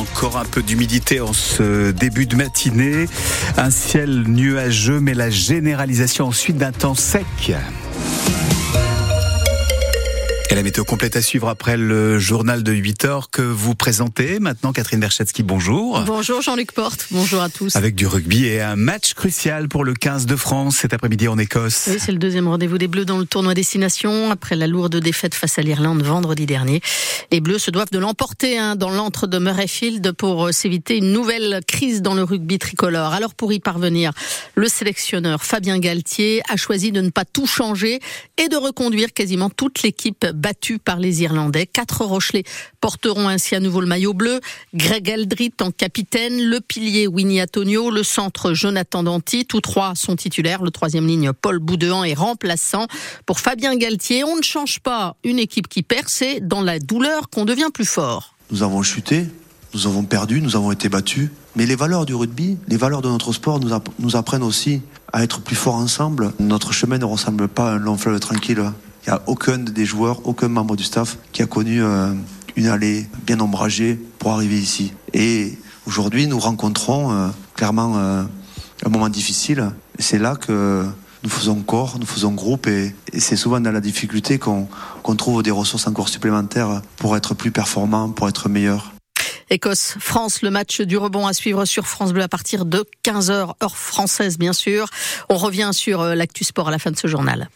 Encore un peu d'humidité en ce début de matinée. Un ciel nuageux, mais la généralisation ensuite d'un temps sec. Et la météo complète à suivre après le journal de 8h que vous présentez. Maintenant, Catherine Berchatsky, bonjour. Bonjour Jean-Luc Porte, bonjour à tous. Avec du rugby et un match crucial pour le 15 de France cet après-midi en Écosse. Oui, c'est le deuxième rendez-vous des Bleus dans le tournoi Destination après la lourde défaite face à l'Irlande vendredi dernier. Les Bleus se doivent de l'emporter dans l'antre de Murrayfield pour s'éviter une nouvelle crise dans le rugby tricolore. Alors pour y parvenir, le sélectionneur Fabien Galthié a choisi de ne pas tout changer et de reconduire quasiment toute l'équipe battue par les Irlandais. 4 Rochelais porteront ainsi à nouveau le maillot bleu. Greg Eldrit en capitaine, le pilier Winnie Atonio, le centre Jonathan Danty. Tous 3 sont titulaires. Le 3e ligne Paul Boudéan est remplaçant. Pour Fabien Galthié, on ne change pas une équipe qui perd, c'est dans la douleur qu'on devient plus fort. Nous avons chuté, nous avons perdu, nous avons été battus. Mais les valeurs du rugby, les valeurs de notre sport nous apprennent aussi à être plus forts ensemble. Notre chemin ne ressemble pas à un long fleuve tranquille. Il n'y a aucun des joueurs, aucun membre du staff qui a connu une allée bien ombragée pour arriver ici. Et aujourd'hui, nous rencontrons clairement un moment difficile. Et c'est là que nous faisons corps, nous faisons groupe. Et c'est souvent dans la difficulté qu'on trouve des ressources encore supplémentaires pour être plus performants, pour être meilleurs. Écosse-France, le match du rebond à suivre sur France Bleu à partir de 15h, heure française bien sûr. On revient sur l'actu sport à la fin de ce journal.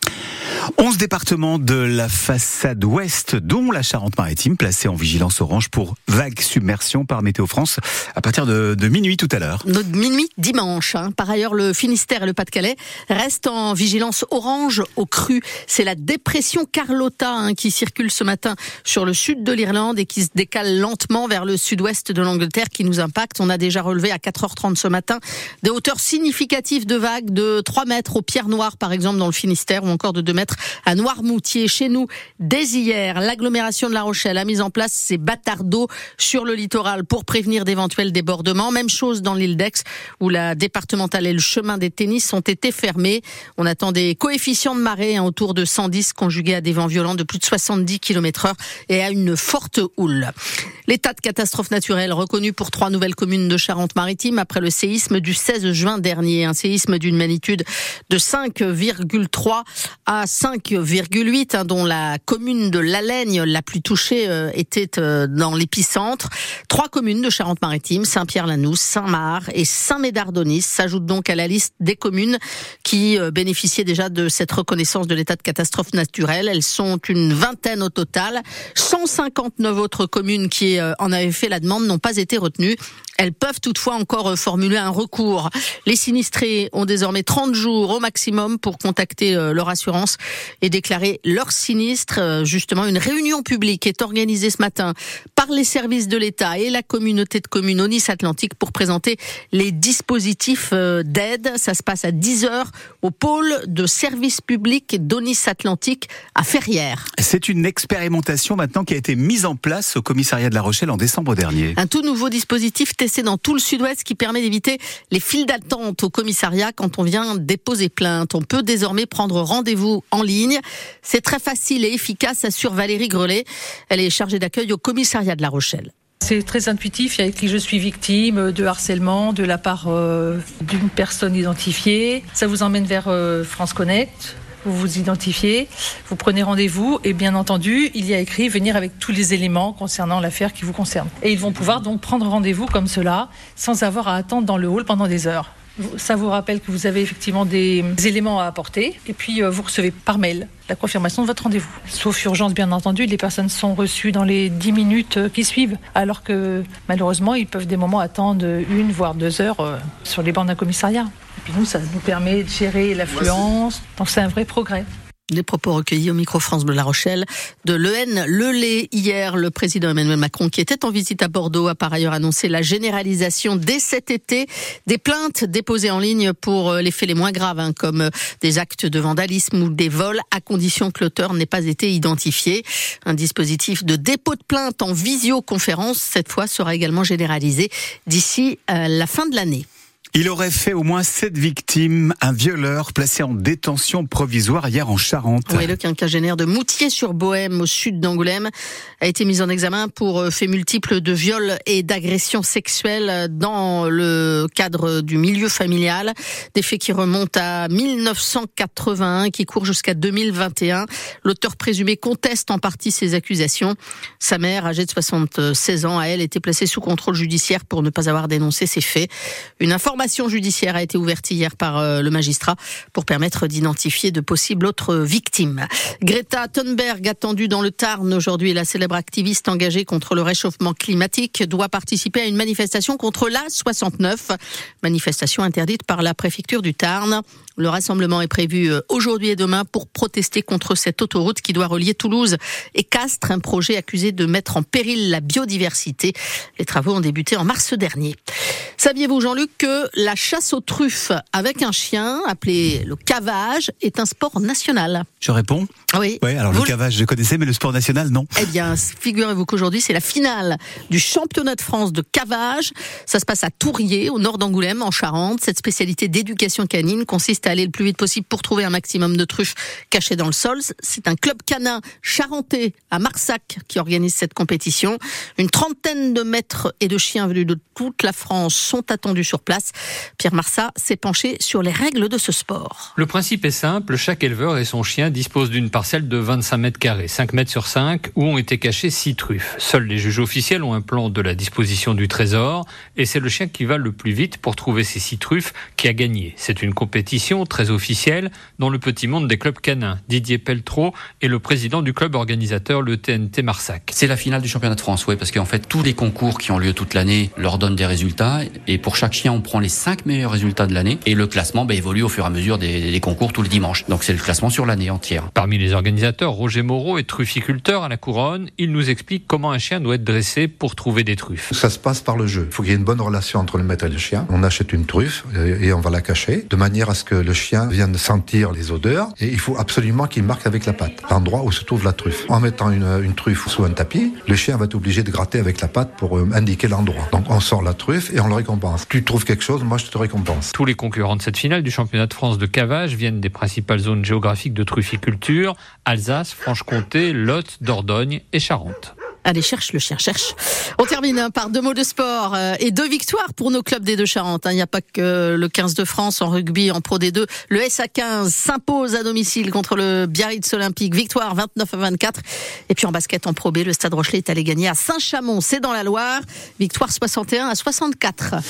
11 départements de la façade ouest, dont la Charente-Maritime, placée en vigilance orange pour vague submersion par Météo France à partir de minuit tout à l'heure. De minuit dimanche. Par ailleurs, le Finistère et le Pas-de-Calais restent en vigilance orange au cru. C'est la dépression Carlotta qui circule ce matin sur le sud de l'Irlande et qui se décale lentement vers le sud-ouest de l'Angleterre qui nous impacte. On a déjà relevé à 4h30 ce matin des hauteurs significatives de vagues de 3 mètres au Pierre-Noir par exemple dans le Finistère ou encore de 2 mètres à Noirmoutier. Chez nous, dès hier, l'agglomération de La Rochelle a mis en place ses bâtards d'eau sur le littoral pour prévenir d'éventuels débordements. Même chose dans l'île d'Aix où la départementale et le chemin des tennis ont été fermés. On attend des coefficients de marée autour de 110 conjugués à des vents violents de plus de 70 km/h et à une forte houle. L'état de catastrophe naturelle reconnu pour 3 nouvelles communes de Charente-Maritime après le séisme du 16 juin dernier. Un séisme d'une magnitude de 5,3 à 5,8, dont la commune de Lallaigne, la plus touchée, était dans l'épicentre. 3 communes de Charente-Maritime, Saint-Pierre-Lanous, Saint-Marc et Saint-Médard-d'Aunis s'ajoutent donc à la liste des communes qui bénéficiaient déjà de cette reconnaissance de l'état de catastrophe naturelle. Elles sont une vingtaine au total. 159 autres communes qui en avaient fait la demande n'ont pas été retenues. Elles peuvent toutefois encore formuler un recours. Les sinistrés ont désormais 30 jours au maximum pour contacter leur assurance et déclarer leur sinistre. Justement, une réunion publique est organisée ce matin par les services de l'État et la communauté de communes Aunis-Atlantique pour présenter les dispositifs d'aide. Ça se passe à 10h au pôle de service public d'Aunis-Atlantique à Ferrières. C'est une expérimentation maintenant qui a été mise en place au commissariat de La Rochelle en décembre dernier. Un tout nouveau dispositif testé dans tout le sud-ouest qui permet d'éviter les files d'attente au commissariat quand on vient déposer plainte. On peut désormais prendre rendez-vous en ligne. C'est très facile et efficace, assure Valérie Grelet. Elle est chargée d'accueil au commissariat de La Rochelle. C'est très intuitif, il y a écrit « Je suis victime de harcèlement de la part d'une personne identifiée ». Ça vous emmène vers France Connect. Vous vous identifiez, vous prenez rendez-vous et bien entendu, il y a écrit venir avec tous les éléments concernant l'affaire qui vous concerne. Et ils vont pouvoir donc prendre rendez-vous comme cela, sans avoir à attendre dans le hall pendant des heures. Ça vous rappelle que vous avez effectivement des éléments à apporter et puis vous recevez par mail la confirmation de votre rendez-vous. Sauf urgence, bien entendu, les personnes sont reçues dans les 10 minutes qui suivent, alors que malheureusement, ils peuvent des moments attendre 1 voire 2 heures sur les bancs d'un commissariat. Et puis nous, ça nous permet de gérer l'affluence, donc c'est un vrai progrès. Des propos recueillis au micro France Bleu La Rochelle de Lehen Lelay. Hier, le président Emmanuel Macron, qui était en visite à Bordeaux, a par ailleurs annoncé la généralisation dès cet été des plaintes déposées en ligne pour les faits les moins graves, comme des actes de vandalisme ou des vols, à condition que l'auteur n'ait pas été identifié. Un dispositif de dépôt de plainte en visioconférence, cette fois, sera également généralisé d'ici la fin de l'année. Il aurait fait au moins 7 victimes. Un violeur placé en détention provisoire hier en Charente. Oui, le quinquagénaire de Moutier-sur-Bohème, au sud d'Angoulême, a été mis en examen pour faits multiples de viols et d'agressions sexuelles dans le cadre du milieu familial. Des faits qui remontent à 1981, qui courent jusqu'à 2021. L'auteur présumé conteste en partie ces accusations. Sa mère, âgée de 76 ans, a elle été placée sous contrôle judiciaire pour ne pas avoir dénoncé ces faits. Une information judiciaire a été ouverte hier par le magistrat pour permettre d'identifier de possibles autres victimes. Greta Thunberg, attendue dans le Tarn aujourd'hui, la célèbre activiste engagée contre le réchauffement climatique, doit participer à une manifestation contre l'A69, manifestation interdite par la préfecture du Tarn. Le rassemblement est prévu aujourd'hui et demain pour protester contre cette autoroute qui doit relier Toulouse et Castres, un projet accusé de mettre en péril la biodiversité. Les travaux ont débuté en mars dernier. Saviez-vous, Jean-Luc, que la chasse aux truffes avec un chien, appelé le cavage, est un sport national? Je réponds. Oui. Ouais, alors le cavage, je connaissais, mais le sport national, non. Eh bien, figurez-vous qu'aujourd'hui, c'est la finale du championnat de France de cavage. Ça se passe à Tourier, au nord d'Angoulême, en Charente. Cette spécialité d'éducation canine consiste à aller le plus vite possible pour trouver un maximum de truffes cachées dans le sol. C'est un club canin charentais à Marsac qui organise cette compétition. Une trentaine de maîtres et de chiens venus de toute la France sont attendus sur place. Pierre Marsat s'est penché sur les règles de ce sport. Le principe est simple, chaque éleveur et son chien disposent d'une parcelle de 25 mètres carrés, 5 mètres sur 5, où ont été cachées 6 truffes. Seuls les juges officiels ont un plan de la disposition du trésor, et c'est le chien qui va le plus vite pour trouver ces 6 truffes qui a gagné. C'est une compétition très officielle dans le petit monde des clubs canins. Didier Pelletreau est le président du club organisateur, le TNT Marsac. C'est la finale du championnat de France, oui, parce qu'en fait, tous les concours qui ont lieu toute l'année leur donnent des résultats, et pour chaque chien, on prend les 5 meilleurs résultats de l'année, et le classement évolue au fur et à mesure des concours tous les dimanches. Donc c'est le classement sur l'année entière. Parmi les organisateurs, Roger Moreau est trufficulteur à la Couronne. Il nous explique comment un chien doit être dressé pour trouver des truffes. Ça se passe par le jeu. Il faut qu'il y ait une bonne relation entre le maître et le chien. On achète une truffe et on va la cacher, de manière à ce que le chien vienne sentir les odeurs, et il faut absolument qu'il marque avec la patte l'endroit où se trouve la truffe. En mettant une truffe sous un tapis, le chien va être obligé de gratter avec la patte pour indiquer l'endroit. Donc on sort la truffe et on le récompense. Tu trouves quelque chose, moi je te récompense. Tous les concurrents de cette finale du championnat de France de cavage viennent des principales zones géographiques de trufficulture: Alsace, Franche-Comté, Lot, Dordogne et Charente. Allez, cherche le chien, cherche. On termine par 2 mots de sport et 2 victoires pour nos clubs des deux Charentes. Il n'y a pas que le 15 de France en rugby, en Pro D2. Le SA15 s'impose à domicile contre le Biarritz Olympique. Victoire 29-24. Et puis en basket en Pro B, le Stade Rochelet est allé gagner à Saint-Chamond. C'est dans la Loire. Victoire 61-64.